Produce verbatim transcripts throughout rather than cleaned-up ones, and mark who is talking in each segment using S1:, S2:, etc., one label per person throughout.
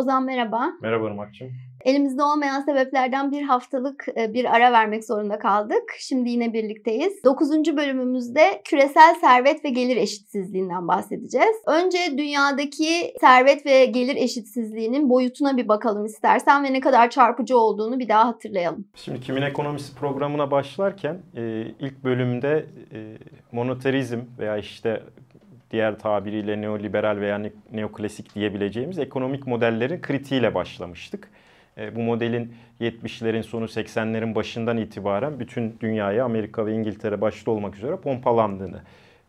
S1: Ozan merhaba.
S2: Merhaba Irmak'cığım.
S1: Elimizde olmayan sebeplerden bir haftalık bir ara vermek zorunda kaldık. Şimdi yine birlikteyiz. dokuzuncu bölümümüzde küresel servet ve gelir eşitsizliğinden bahsedeceğiz. Önce dünyadaki servet ve gelir eşitsizliğinin boyutuna bir bakalım istersen ve ne kadar çarpıcı olduğunu bir daha hatırlayalım.
S2: Şimdi Kimin Ekonomisi programına başlarken ilk bölümde monetarizm veya işte diğer tabiriyle neoliberal veya neoklasik diyebileceğimiz ekonomik modellerin kritiğiyle başlamıştık. Bu modelin yetmişlerin sonu seksenlerin başından itibaren bütün dünyaya, Amerika ve İngiltere başta olmak üzere pompalandığını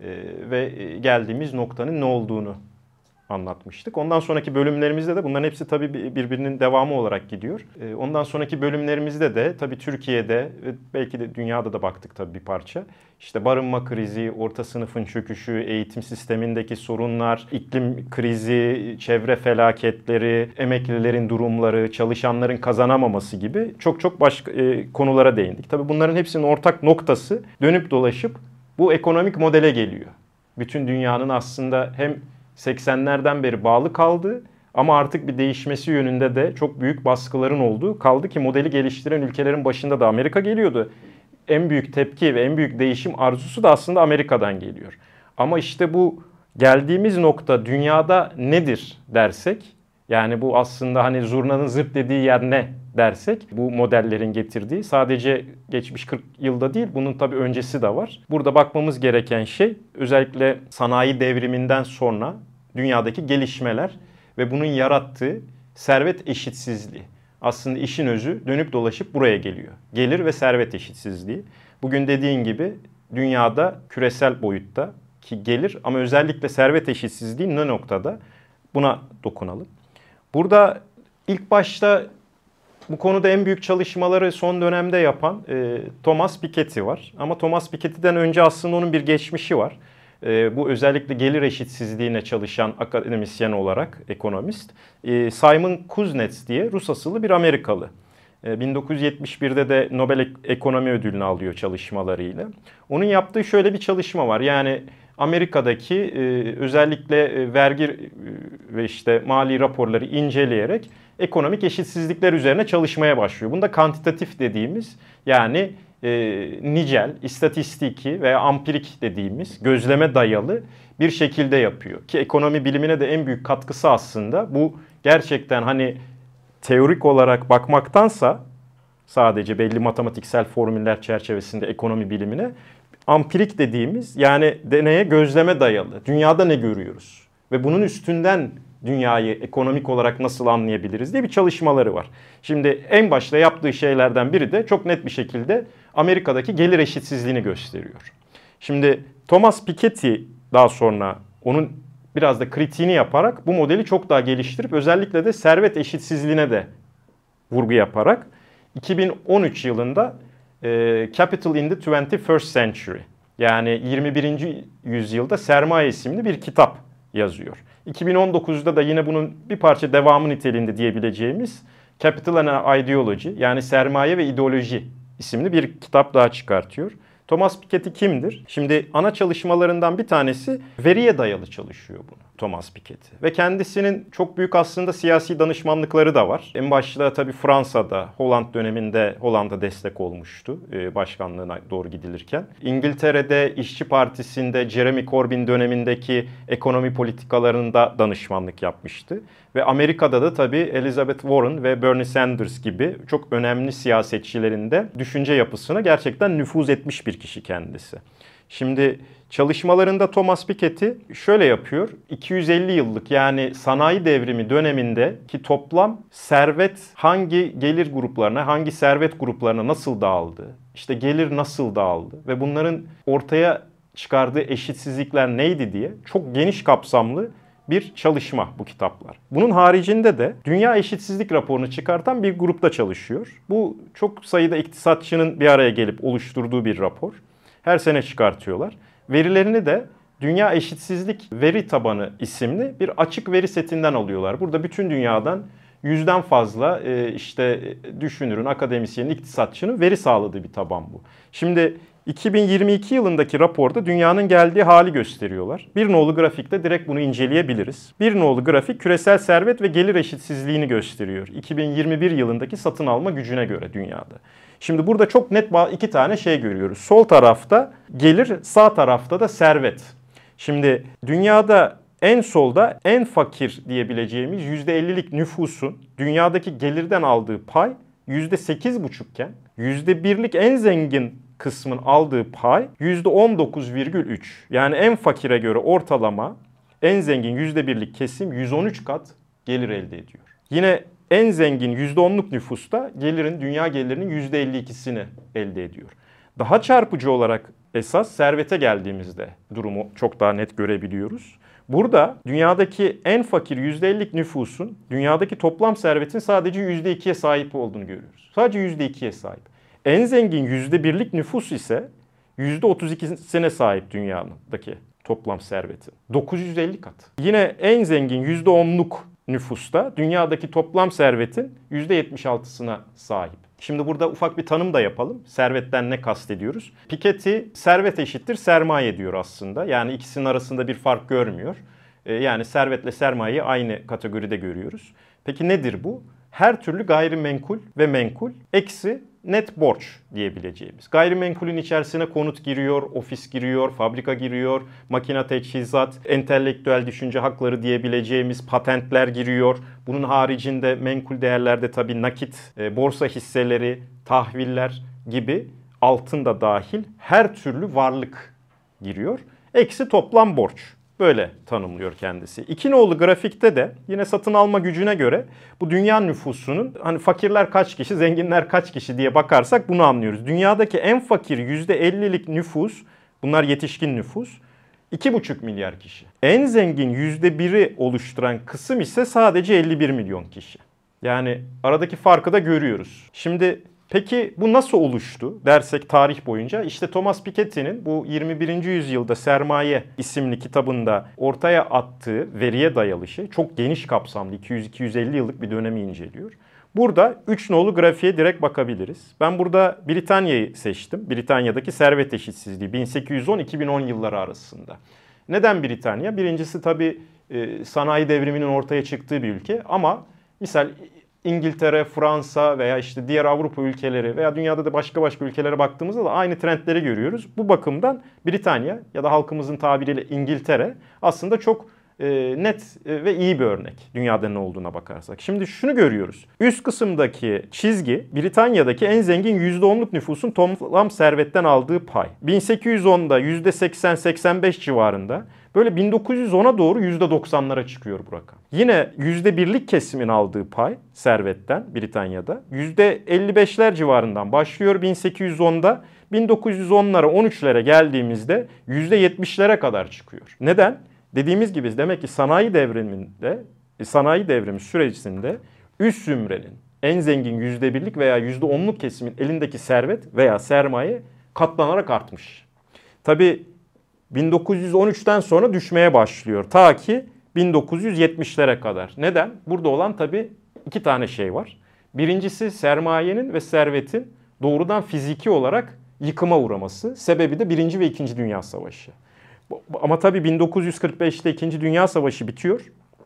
S2: ve geldiğimiz noktanın ne olduğunu anlatmıştık. Ondan sonraki bölümlerimizde de bunların hepsi tabii birbirinin devamı olarak gidiyor. Ondan sonraki bölümlerimizde de tabii Türkiye'de ve belki de dünyada da baktık tabii bir parça. İşte barınma krizi, orta sınıfın çöküşü, eğitim sistemindeki sorunlar, iklim krizi, çevre felaketleri, emeklilerin durumları, çalışanların kazanamaması gibi çok çok başka e, konulara değindik. Tabii bunların hepsinin ortak noktası dönüp dolaşıp bu ekonomik modele geliyor. Bütün dünyanın aslında hem seksenlerden beri bağlı kaldığı ama artık bir değişmesi yönünde de çok büyük baskıların olduğu, kaldı ki modeli geliştiren ülkelerin başında da Amerika geliyordu. En büyük tepki ve en büyük değişim arzusu da aslında Amerika'dan geliyor. Ama işte bu geldiğimiz nokta dünyada nedir dersek, yani bu aslında hani zurnanın zırt dediği yer ne dersek, bu modellerin getirdiği sadece geçmiş kırk yılda değil, bunun tabii öncesi de var. Burada bakmamız gereken şey özellikle sanayi devriminden sonra dünyadaki gelişmeler ve bunun yarattığı servet eşitsizliği. Aslında işin özü dönüp dolaşıp buraya geliyor. Gelir ve servet eşitsizliği. Bugün dediğin gibi dünyada küresel boyutta ki gelir ama özellikle servet eşitsizliği ne noktada? Buna dokunalım. Burada ilk başta bu konuda en büyük çalışmaları son dönemde yapan e, Thomas Piketty var. Ama Thomas Piketty'den önce aslında onun bir geçmişi var. E, bu özellikle gelir eşitsizliğine çalışan akademisyen olarak ekonomist. E, Simon Kuznets diye Rus asıllı bir Amerikalı. E, bin dokuz yüz yetmiş birde de Nobel Ekonomi Ödülünü alıyor çalışmalarıyla. Onun yaptığı şöyle bir çalışma var. Yani Amerika'daki e, özellikle e, vergi e, ve işte mali raporları inceleyerek ekonomik eşitsizlikler üzerine çalışmaya başlıyor. Bunda kantitatif dediğimiz yani e, nicel, istatistiki veya ampirik dediğimiz gözleme dayalı bir şekilde yapıyor. Ki ekonomi bilimine de en büyük katkısı aslında bu gerçekten hani teorik olarak bakmaktansa sadece belli matematiksel formüller çerçevesinde ekonomi bilimine ampirik dediğimiz yani deneye gözleme dayalı. Dünyada ne görüyoruz? Ve bunun üstünden dünyayı ekonomik olarak nasıl anlayabiliriz diye bir çalışmaları var. Şimdi en başta yaptığı şeylerden biri de çok net bir şekilde Amerika'daki gelir eşitsizliğini gösteriyor. Şimdi Thomas Piketty daha sonra onun biraz da kritiğini yaparak bu modeli çok daha geliştirip özellikle de servet eşitsizliğine de vurgu yaparak iki bin on üç yılında e, Capital in the twenty-first Century yani yirmi birinci yüzyılda Sermaye isimli bir kitap yazıyor. iki bin on dokuzda da yine bunun bir parça devamı niteliğinde diyebileceğimiz Capital and Ideology yani Sermaye ve İdeoloji isimli bir kitap daha çıkartıyor. Thomas Piketty kimdir? Şimdi ana çalışmalarından bir tanesi veriye dayalı çalışıyor bunu Thomas Piketty. Ve kendisinin çok büyük aslında siyasi danışmanlıkları da var. En başta tabii Fransa'da, Hollanda döneminde Hollanda destek olmuştu başkanlığına doğru gidilirken. İngiltere'de İşçi Partisi'nde Jeremy Corbyn dönemindeki ekonomi politikalarında danışmanlık yapmıştı. Ve Amerika'da da tabii Elizabeth Warren ve Bernie Sanders gibi çok önemli siyasetçilerin de düşünce yapısına gerçekten nüfuz etmiş bir kişi kendisi. Şimdi çalışmalarında Thomas Piketty şöyle yapıyor. iki yüz elli yıllık yani sanayi devrimi dönemindeki toplam servet hangi gelir gruplarına, hangi servet gruplarına nasıl dağıldı? İşte gelir nasıl dağıldı ve bunların ortaya çıkardığı eşitsizlikler neydi diye çok geniş kapsamlı bir çalışma bu kitaplar. Bunun haricinde de Dünya Eşitsizlik Raporu'nu çıkartan bir grupta çalışıyor. Bu çok sayıda iktisatçının bir araya gelip oluşturduğu bir rapor. Her sene çıkartıyorlar. Verilerini de Dünya Eşitsizlik Veri Tabanı isimli bir açık veri setinden alıyorlar. Burada bütün dünyadan yüzden fazla e, işte düşünürün, akademisyenin, iktisatçının veri sağladığı bir taban bu. Şimdi iki bin yirmi iki yılındaki raporda dünyanın geldiği hali gösteriyorlar. Bir nolu grafikte direkt bunu inceleyebiliriz. Bir nolu grafik küresel servet ve gelir eşitsizliğini gösteriyor. iki bin yirmi bir yılındaki satın alma gücüne göre dünyada. Şimdi burada çok net iki tane şey görüyoruz. Sol tarafta gelir, sağ tarafta da servet. Şimdi dünyada en solda en fakir diyebileceğimiz yüzde ellilik nüfusun dünyadaki gelirden aldığı pay yüzde sekiz buçuk iken yüzde birlik en zengin kısmın aldığı pay yüzde on dokuz virgül üç. Yani en fakire göre ortalama en zengin yüzde birlik kesim yüz on üç kat gelir elde ediyor. Yine en zengin yüzde onluk nüfusta gelirin, dünya gelirinin yüzde elli ikisini elde ediyor. Daha çarpıcı olarak esas servete geldiğimizde durumu çok daha net görebiliyoruz. Burada dünyadaki en fakir yüzde ellilik nüfusun dünyadaki toplam servetin sadece yüzde ikiye sahip olduğunu görüyoruz. Sadece yüzde ikiye sahip. En zengin yüzde birlik nüfus ise yüzde otuz ikisine sahip dünyadaki toplam servetin. dokuz yüz elli kat. Yine en zengin yüzde onluk nüfusta dünyadaki toplam servetin yüzde yetmiş altısına sahip. Şimdi burada ufak bir tanım da yapalım. Servetten ne kastediyoruz? Piketty servet eşittir sermaye diyor aslında. Yani ikisinin arasında bir fark görmüyor. Yani servetle sermayeyi aynı kategoride görüyoruz. Peki nedir bu? Her türlü gayrimenkul ve menkul eksi net borç diyebileceğimiz. Gayrimenkulün içerisine konut giriyor, ofis giriyor, fabrika giriyor, makine teçhizat, entelektüel düşünce hakları diyebileceğimiz patentler giriyor. Bunun haricinde menkul değerlerde tabii nakit, borsa hisseleri, tahviller gibi altın da dahil her türlü varlık giriyor. Eksi toplam borç. Böyle tanımlıyor kendisi. İki nolu grafikte de yine satın alma gücüne göre bu dünya nüfusunun hani fakirler kaç kişi, zenginler kaç kişi diye bakarsak bunu anlıyoruz. Dünyadaki en fakir yüzde ellilik nüfus, bunlar yetişkin nüfus, iki buçuk milyar kişi. En zengin yüzde biri oluşturan kısım ise sadece elli bir milyon kişi. Yani aradaki farkı da görüyoruz. Şimdi peki bu nasıl oluştu dersek tarih boyunca? İşte Thomas Piketty'nin bu yirmi birinci yüzyılda Sermaye isimli kitabında ortaya attığı veriye dayalı şey çok geniş kapsamlı iki yüz iki yüz elli yıllık bir dönemi inceliyor. Burada üç nolu grafiğe direkt bakabiliriz. Ben burada Britanya'yı seçtim. Britanya'daki servet eşitsizliği bin sekiz yüz on iki bin on yılları arasında. Neden Britanya? Birincisi tabii e, sanayi devriminin ortaya çıktığı bir ülke ama misal İngiltere, Fransa veya işte diğer Avrupa ülkeleri veya dünyada da başka başka ülkelere baktığımızda da aynı trendleri görüyoruz. Bu bakımdan Britanya ya da halkımızın tabiriyle İngiltere aslında çok e, net ve iyi bir örnek dünyada ne olduğuna bakarsak. Şimdi şunu görüyoruz. Üst kısımdaki çizgi Britanya'daki en zengin yüzde onluk nüfusun toplam servetten aldığı pay. bin sekiz yüz onda yüzde seksen seksen beş civarında. Böyle bin dokuz yüz ona doğru yüzde doksanlara çıkıyor bu rakam. Yine yüzde birlik kesimin aldığı pay servetten Britanya'da yüzde elli beşler civarından başlıyor bin sekiz yüz onda. bin dokuz yüz onlara on üçlere geldiğimizde yüzde yetmişlere kadar çıkıyor. Neden? Dediğimiz gibi demek ki sanayi devriminde, sanayi devrimi sürecinde üst zümrenin en zengin yüzde birlik veya yüzde onluk kesimin elindeki servet veya sermaye katlanarak artmış. Tabii bin dokuz yüz on üçten sonra düşmeye başlıyor. Ta ki bin dokuz yüz yetmişlere kadar. Neden? Burada olan tabii iki tane şey var. Birincisi sermayenin ve servetin doğrudan fiziki olarak yıkıma uğraması. Sebebi de Birinci ve İkinci Dünya Savaşı. Ama tabii bin dokuz yüz kırk beşte İkinci Dünya Savaşı bitiyor.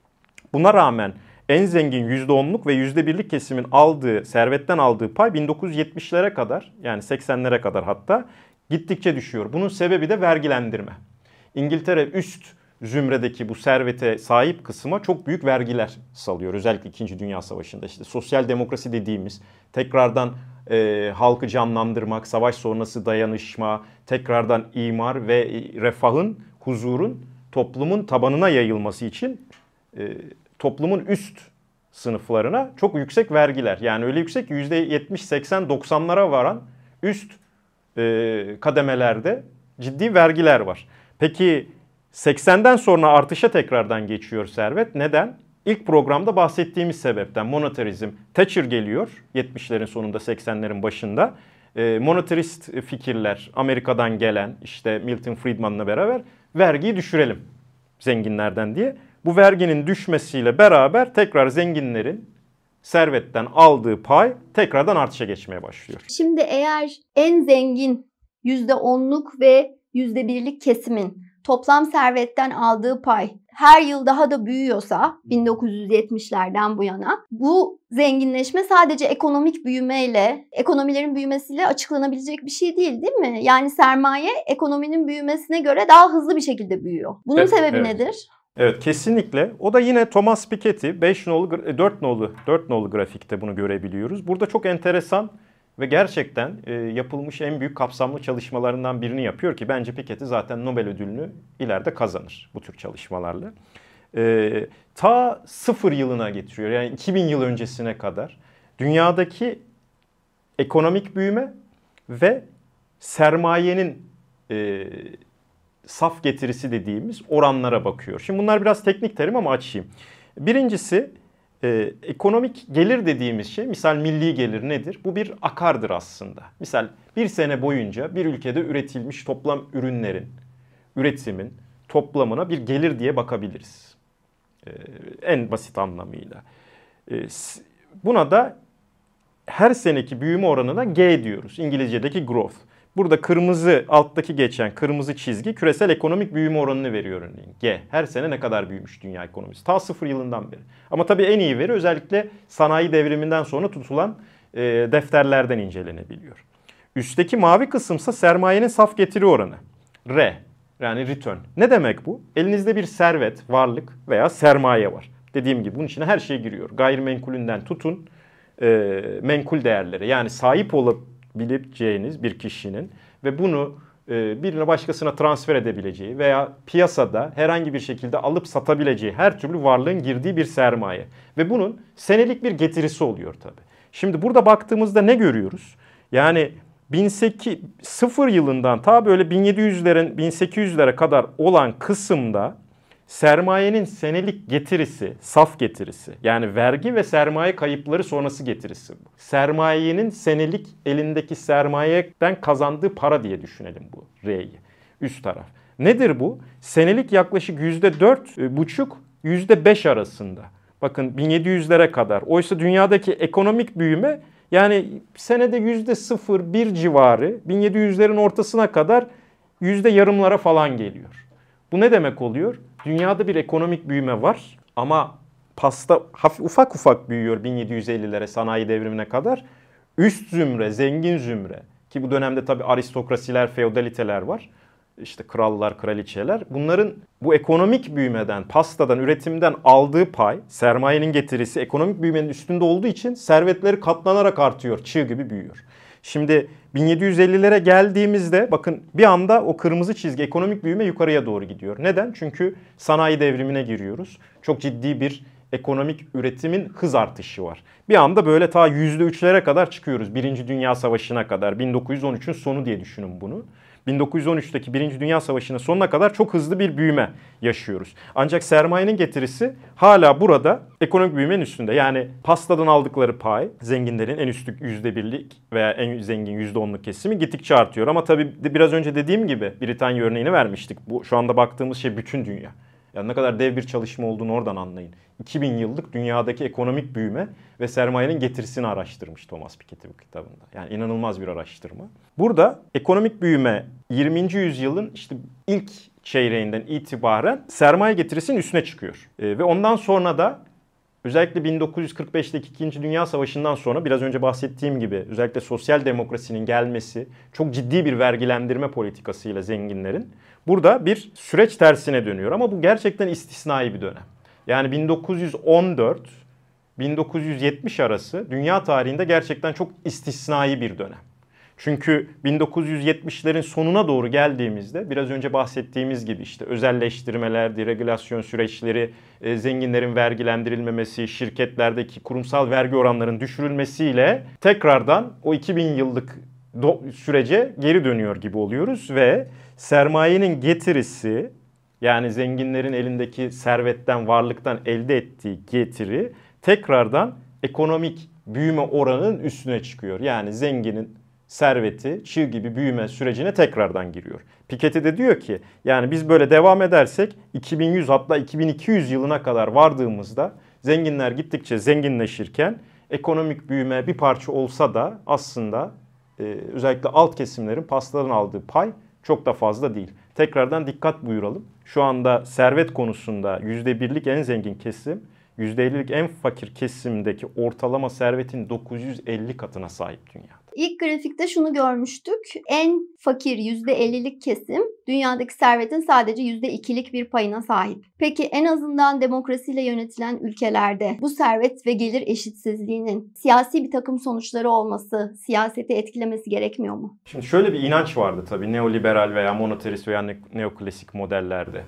S2: Buna rağmen en zengin yüzde onluk ve yüzde birlik kesimin aldığı, servetten aldığı pay bin dokuz yüz yetmişlere kadar yani seksenlere kadar hatta gittikçe düşüyor. Bunun sebebi de vergilendirme. İngiltere üst zümredeki bu servete sahip kısma çok büyük vergiler salıyor. Özellikle İkinci Dünya Savaşı'nda işte sosyal demokrasi dediğimiz tekrardan e, halkı canlandırmak, savaş sonrası dayanışma, tekrardan imar ve refahın, huzurun toplumun tabanına yayılması için e, toplumun üst sınıflarına çok yüksek vergiler. Yani öyle yüksek ki yüzde yetmiş seksen doksanlara varan üst e, kademelerde ciddi vergiler var. Peki seksenden sonra artışa tekrardan geçiyor servet. Neden? İlk programda bahsettiğimiz sebepten monetarizm. Thatcher geliyor yetmişlerin sonunda seksenlerin başında. E, monetarist fikirler Amerika'dan gelen işte Milton Friedman'la beraber vergiyi düşürelim zenginlerden diye. Bu verginin düşmesiyle beraber tekrar zenginlerin servetten aldığı pay tekrardan artışa geçmeye başlıyor.
S1: Şimdi eğer en zengin yüzde onluk ve yüzde birlik kesimin toplam servetten aldığı pay her yıl daha da büyüyorsa bin dokuz yüz yetmişlerden bu yana, bu zenginleşme sadece ekonomik büyümeyle, ekonomilerin büyümesiyle açıklanabilecek bir şey değil, değil mi? Yani sermaye ekonominin büyümesine göre daha hızlı bir şekilde büyüyor. Bunun evet, sebebi evet. nedir?
S2: Evet, kesinlikle. O da yine Thomas Piketty beş nolu, dört nolu, dört nolu grafikte bunu görebiliyoruz. Burada çok enteresan ve gerçekten e, yapılmış en büyük kapsamlı çalışmalarından birini yapıyor ki bence Piketty zaten Nobel ödülünü ileride kazanır bu tür çalışmalarla. E, ta sıfır yılına getiriyor, yani iki bin yıl öncesine kadar dünyadaki ekonomik büyüme ve sermayenin e, saf getirisi dediğimiz oranlara bakıyor. Şimdi bunlar biraz teknik terim ama açayım. Birincisi e, ekonomik gelir dediğimiz şey, misal milli gelir nedir? Bu bir akardır aslında. Misal bir sene boyunca bir ülkede üretilmiş toplam ürünlerin, üretimin toplamına bir gelir diye bakabiliriz. E, en basit anlamıyla. E, buna da her seneki büyüme oranına G diyoruz. İngilizce'deki growth. Burada kırmızı, alttaki geçen kırmızı çizgi küresel ekonomik büyüme oranını veriyor örneğin. G. Her sene ne kadar büyümüş dünya ekonomisi? Ta sıfır yılından beri. Ama tabii en iyi veri özellikle sanayi devriminden sonra tutulan e, defterlerden incelenebiliyor. Üstteki mavi kısımsa sermayenin saf getiri oranı. R. Yani return. Ne demek bu? Elinizde bir servet, varlık veya sermaye var. Dediğim gibi bunun içine her şey giriyor. Gayrimenkulünden tutun e, menkul değerlere. Yani sahip olup bileceğiniz bir kişinin ve bunu e, birine başkasına transfer edebileceği veya piyasada herhangi bir şekilde alıp satabileceği her türlü varlığın girdiği bir sermaye. Ve bunun senelik bir getirisi oluyor tabii. Şimdi burada baktığımızda ne görüyoruz? Yani bin sekiz yüz sıfır yılından ta böyle bin yedi yüzlerin bin sekiz yüzlere kadar olan kısımda sermayenin senelik getirisi, saf getirisi, yani vergi ve sermaye kayıpları sonrası getirisi bu. Sermayenin senelik elindeki sermayeden kazandığı para diye düşünelim bu R'yi. Üst taraf. Nedir bu? Senelik yaklaşık yüzde dört buçuk yüzde beş arasında. Bakın bin yedi yüzlere kadar. Oysa dünyadaki ekonomik büyüme yani senede yüzde sıfır bir civarı bin yedi yüzlerin ortasına kadar yüzde yarımlara falan geliyor. Bu ne demek oluyor? Dünyada bir ekonomik büyüme var ama pasta hafif, ufak ufak büyüyor bin yedi yüz ellilere sanayi devrimine kadar. Üst zümre, zengin zümre ki bu dönemde tabii aristokrasiler, feodaliteler var. İşte krallar, kraliçeler. Bunların bu ekonomik büyümeden, pastadan, üretimden aldığı pay, sermayenin getirisi ekonomik büyümenin üstünde olduğu için servetleri katlanarak artıyor, çığ gibi büyüyor. Şimdi bin yedi yüz ellilere geldiğimizde bakın bir anda o kırmızı çizgi ekonomik büyüme yukarıya doğru gidiyor. Neden? Çünkü sanayi devrimine giriyoruz. Çok ciddi bir ekonomik üretimin hız artışı var. Bir anda böyle ta yüzde üçlere kadar çıkıyoruz. Birinci Dünya Savaşı'na kadar. bin dokuz yüz on üçün sonu diye düşünün bunu. bin dokuz yüz on üçteki Birinci Dünya Savaşı'nın sonuna kadar çok hızlı bir büyüme yaşıyoruz. Ancak sermayenin getirisi hala burada ekonomik büyümenin üstünde. Yani pastadan aldıkları pay, zenginlerin en üstü yüzde birlik veya en zengin yüzde onluk kesimi gittikçe artıyor. Ama tabii biraz önce dediğim gibi Britanya örneğini vermiştik. Bu şu anda baktığımız şey bütün dünya. Yani ne kadar dev bir çalışma olduğunu oradan anlayın. iki bin yıllık dünyadaki ekonomik büyüme ve sermayenin getirisini araştırmış Thomas Piketty bu kitabında. Yani inanılmaz bir araştırma. Burada ekonomik büyüme yirminci yüzyılın işte ilk çeyreğinden itibaren sermaye getirisinin üstüne çıkıyor. E, ve ondan sonra da özellikle bin dokuz yüz kırk beşteki İkinci Dünya Savaşı'ndan sonra biraz önce bahsettiğim gibi özellikle sosyal demokrasinin gelmesi, çok ciddi bir vergilendirme politikasıyla zenginlerin burada bir süreç tersine dönüyor. Ama bu gerçekten istisnai bir dönem. Yani bin dokuz yüz on dört bin dokuz yüz yetmiş arası dünya tarihinde gerçekten çok istisnai bir dönem. Çünkü bin dokuz yüz yetmişlerin sonuna doğru geldiğimizde biraz önce bahsettiğimiz gibi işte özelleştirmeler, deregülasyon süreçleri, e, zenginlerin vergilendirilmemesi, şirketlerdeki kurumsal vergi oranlarının düşürülmesiyle tekrardan o iki bin yıllık sürece geri dönüyor gibi oluyoruz ve sermayenin getirisi, yani zenginlerin elindeki servetten, varlıktan elde ettiği getiri tekrardan ekonomik büyüme oranının üstüne çıkıyor. Yani zenginin serveti çığ gibi büyüme sürecine tekrardan giriyor. Piketty de diyor ki yani biz böyle devam edersek iki bin yüz hatta iki bin iki yüz yılına kadar vardığımızda zenginler gittikçe zenginleşirken ekonomik büyüme bir parça olsa da aslında e, özellikle alt kesimlerin pastadan aldığı pay çok da fazla değil. Tekrardan dikkat buyuralım. Şu anda servet konusunda yüzde birlik en zengin kesim, yüzde ellilik en fakir kesimdeki ortalama servetin dokuz yüz elli katına sahip dünyada.
S1: İlk grafikte şunu görmüştük. En fakir yüzde ellilik kesim dünyadaki servetin sadece yüzde ikilik bir payına sahip. Peki en azından demokrasiyle yönetilen ülkelerde bu servet ve gelir eşitsizliğinin siyasi bir takım sonuçları olması, siyaseti etkilemesi gerekmiyor mu?
S2: Şimdi şöyle bir inanç vardı tabii neoliberal veya monetarist veya neoklasik modellerde.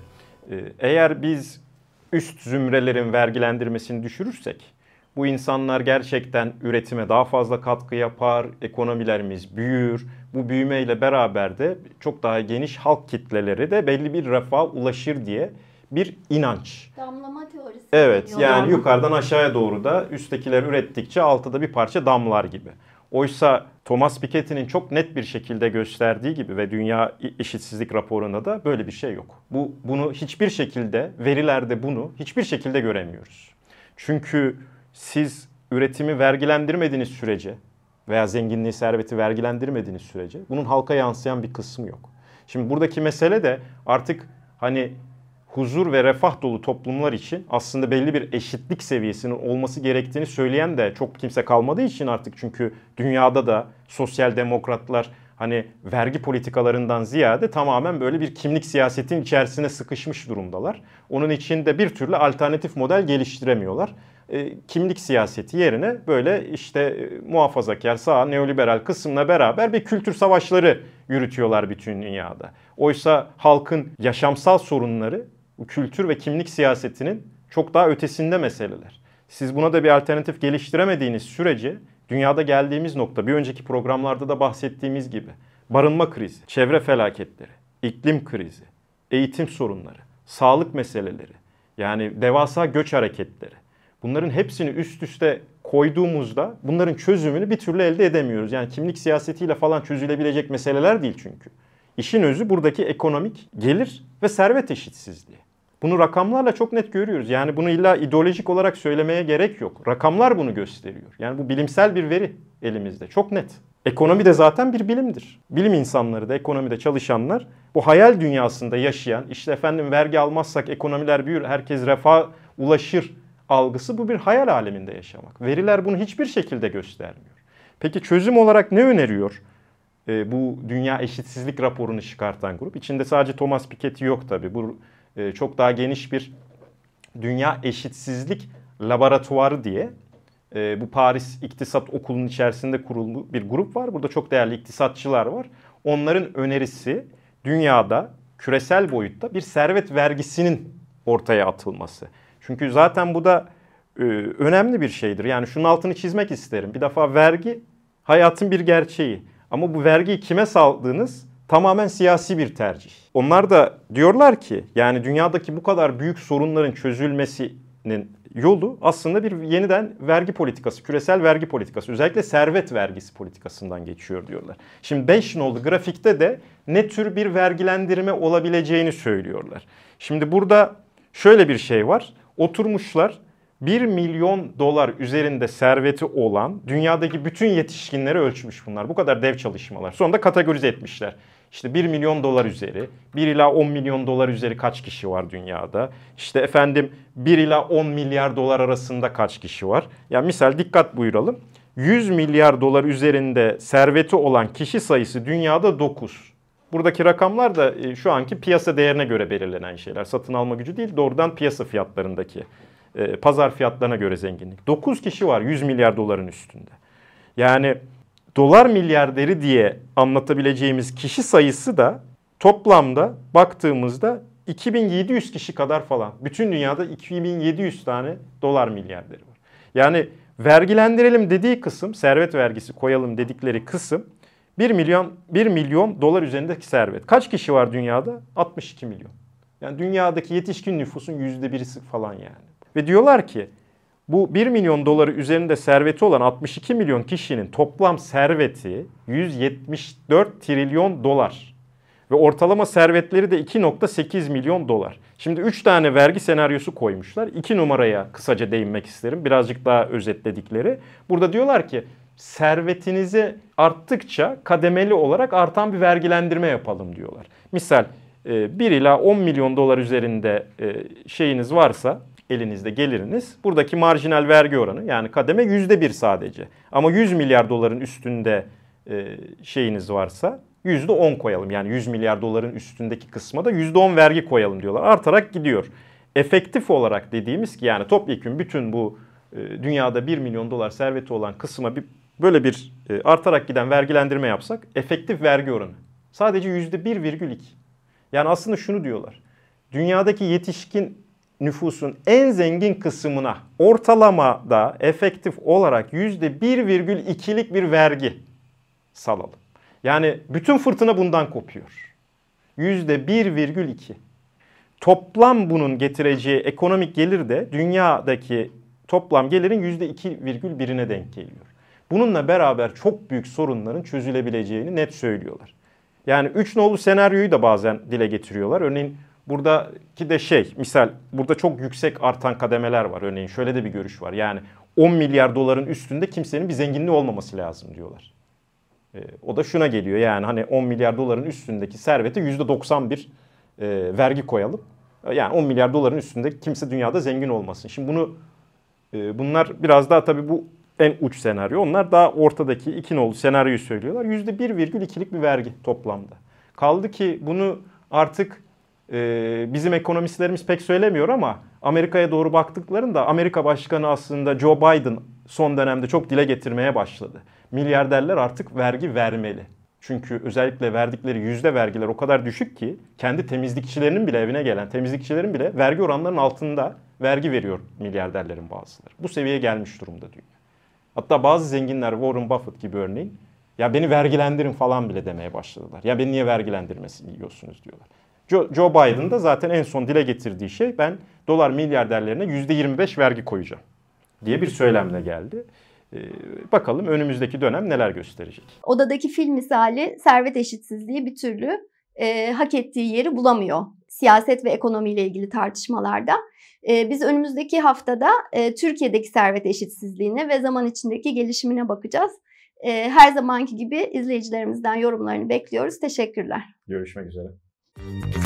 S2: Eğer biz üst zümrelerin vergilendirmesini düşürürsek, bu insanlar gerçekten üretime daha fazla katkı yapar, ekonomilerimiz büyür. Bu büyümeyle beraber de çok daha geniş halk kitleleri de belli bir refaha ulaşır diye bir inanç.
S1: Damlama teorisi.
S2: Evet, yani yukarıdan aşağıya doğru da üsttekiler ürettikçe altıda bir parça damlar gibi. Oysa Thomas Piketty'nin çok net bir şekilde gösterdiği gibi ve Dünya Eşitsizlik Raporu'nda da böyle bir şey yok. Bu bunu hiçbir şekilde, verilerde bunu hiçbir şekilde göremiyoruz. Çünkü siz üretimi vergilendirmediğiniz sürece veya zenginliği, serveti vergilendirmediğiniz sürece bunun halka yansıyan bir kısmı yok. Şimdi buradaki mesele de artık hani huzur ve refah dolu toplumlar için aslında belli bir eşitlik seviyesinin olması gerektiğini söyleyen de çok kimse kalmadığı için artık, çünkü dünyada da sosyal demokratlar hani vergi politikalarından ziyade tamamen böyle bir kimlik siyasetin içerisine sıkışmış durumdalar. Onun için de bir türlü alternatif model geliştiremiyorlar. E, kimlik siyaseti yerine böyle işte e, muhafazakar, sağ, neoliberal kısımla beraber bir kültür savaşları yürütüyorlar bütün dünyada. Oysa halkın yaşamsal sorunları bu kültür ve kimlik siyasetinin çok daha ötesinde meseleler. Siz buna da bir alternatif geliştiremediğiniz sürece dünyada geldiğimiz nokta, bir önceki programlarda da bahsettiğimiz gibi barınma krizi, çevre felaketleri, iklim krizi, eğitim sorunları, sağlık meseleleri, yani devasa göç hareketleri, bunların hepsini üst üste koyduğumuzda bunların çözümünü bir türlü elde edemiyoruz. Yani kimlik siyasetiyle falan çözülebilecek meseleler değil çünkü. İşin özü buradaki ekonomik gelir ve servet eşitsizliği. Bunu rakamlarla çok net görüyoruz. Yani bunu illa ideolojik olarak söylemeye gerek yok. Rakamlar bunu gösteriyor. Yani bu bilimsel bir veri elimizde. Çok net. Ekonomi de zaten bir bilimdir. Bilim insanları da, ekonomide çalışanlar bu hayal dünyasında yaşayan, işte efendim vergi almazsak ekonomiler büyür, herkes refaha ulaşır algısı, bu bir hayal aleminde yaşamak. Veriler bunu hiçbir şekilde göstermiyor. Peki çözüm olarak ne öneriyor e, bu Dünya Eşitsizlik Raporu'nu çıkartan grup? İçinde sadece Thomas Piketty yok tabii. Bu e, çok daha geniş bir Dünya Eşitsizlik Laboratuvarı diye e, bu Paris İktisat Okulu'nun içerisinde kurulmuş bir grup var. Burada çok değerli iktisatçılar var. Onların önerisi dünyada küresel boyutta bir servet vergisinin ortaya atılması. Çünkü zaten bu da e, önemli bir şeydir. Yani şunun altını çizmek isterim. Bir defa vergi hayatın bir gerçeği. Ama bu vergiyi kime saldığınız tamamen siyasi bir tercih. Onlar da diyorlar ki yani dünyadaki bu kadar büyük sorunların çözülmesinin yolu aslında bir yeniden vergi politikası, küresel vergi politikası, özellikle servet vergisi politikasından geçiyor diyorlar. Şimdi beş nolu grafikte de ne tür bir vergilendirme olabileceğini söylüyorlar. Şimdi burada şöyle bir şey var. Oturmuşlar bir milyon dolar üzerinde serveti olan dünyadaki bütün yetişkinleri ölçmüş bunlar. Bu kadar dev çalışmalar. Sonra da kategorize etmişler. İşte bir milyon dolar üzeri, bir ila on milyon dolar üzeri kaç kişi var dünyada? İşte efendim bir ila on milyar dolar arasında kaç kişi var? Yani misal dikkat buyuralım. yüz milyar dolar üzerinde serveti olan kişi sayısı dünyada dokuz. Buradaki rakamlar da şu anki piyasa değerine göre belirlenen şeyler. Satın alma gücü değil, doğrudan piyasa fiyatlarındaki, pazar fiyatlarına göre zenginlik. dokuz kişi var yüz milyar doların üstünde. Yani dolar milyarderi diye anlatabileceğimiz kişi sayısı da toplamda baktığımızda iki bin yedi yüz kişi kadar falan. Bütün dünyada iki bin yedi yüz tane dolar milyarderi var. Yani vergilendirelim dediği kısım, servet vergisi koyalım dedikleri kısım bir milyon bir milyon dolar üzerindeki servet. Kaç kişi var dünyada? altmış iki milyon. Yani dünyadaki yetişkin nüfusun yüzde birisi falan yani. Ve diyorlar ki bu bir milyon doları üzerinde serveti olan altmış iki milyon kişinin toplam serveti yüz yetmiş dört trilyon dolar. Ve Ve ortalama servetleri de iki nokta sekiz milyon dolar. Şimdi üç tane vergi senaryosu koymuşlar. iki numaraya kısaca değinmek isterim. Birazcık daha özetledikleri. Burada diyorlar ki servetinizi arttıkça kademeli olarak artan bir vergilendirme yapalım diyorlar. Misal bir ila on milyon dolar üzerinde şeyiniz varsa, elinizde geliriniz, buradaki marjinal vergi oranı yani kademe yüzde bir sadece. Ama yüz milyar doların üstünde şeyiniz varsa yüzde on koyalım. Yani yüz milyar doların üstündeki kısma da yüzde on vergi koyalım diyorlar. Artarak gidiyor. Efektif olarak dediğimiz ki yani topyekun bütün bu dünyada bir milyon dolar serveti olan kısma bir böyle bir artarak giden vergilendirme yapsak efektif vergi oranı sadece yüzde bir virgül iki. Yani aslında şunu diyorlar. Dünyadaki yetişkin nüfusun en zengin kısmına ortalamada efektif olarak yüzde bir virgül ikilik bir vergi salalım. Yani bütün fırtına bundan kopuyor. yüzde bir virgül iki. Toplam bunun getireceği ekonomik gelir de dünyadaki toplam gelirin yüzde iki virgül birine denk geliyor. Bununla beraber çok büyük sorunların çözülebileceğini net söylüyorlar. Yani üç nolu senaryoyu da bazen dile getiriyorlar. Örneğin buradaki de şey, misal burada çok yüksek artan kademeler var. Örneğin şöyle de bir görüş var. Yani on milyar doların üstünde kimsenin bir zenginliği olmaması lazım diyorlar. E, o da şuna geliyor yani hani on milyar doların üstündeki servete yüzde doksan bir e, vergi koyalım. Yani on milyar doların üstünde kimse dünyada zengin olmasın. Şimdi bunu e, bunlar biraz daha tabii bu en uç senaryo. Onlar daha ortadaki iki nolu senaryoyu söylüyorlar. yüzde bir virgül ikilik bir vergi toplamda. Kaldı ki bunu artık e, bizim ekonomistlerimiz pek söylemiyor ama Amerika'ya doğru baktıklarında Amerika Başkanı aslında Joe Biden son dönemde çok dile getirmeye başladı. Milyarderler artık vergi vermeli. Çünkü özellikle verdikleri yüzde vergiler o kadar düşük ki kendi temizlikçilerinin bile evine gelen temizlikçilerin bile vergi oranlarının altında vergi veriyor milyarderlerin bazıları. Bu seviyeye gelmiş durumda diyor. Hatta bazı zenginler Warren Buffett gibi örneğin ya beni vergilendirin falan bile demeye başladılar. Ya beni niye vergilendirmesini yiyorsunuz diyorlar. Joe, Joe Biden da zaten en son dile getirdiği şey ben dolar milyarderlerine yüzde yirmi beş vergi koyacağım diye bir söylemle geldi. Ee, bakalım önümüzdeki dönem neler gösterecek.
S1: Odadaki fil misali servet eşitsizliği bir türlü e, hak ettiği yeri bulamıyor siyaset ve ekonomiyle ilgili tartışmalarda. E, biz önümüzdeki haftada e, Türkiye'deki servet eşitsizliğine ve zaman içindeki gelişimine bakacağız. E, her zamanki gibi izleyicilerimizden yorumlarını bekliyoruz. Teşekkürler.
S2: Görüşmek üzere.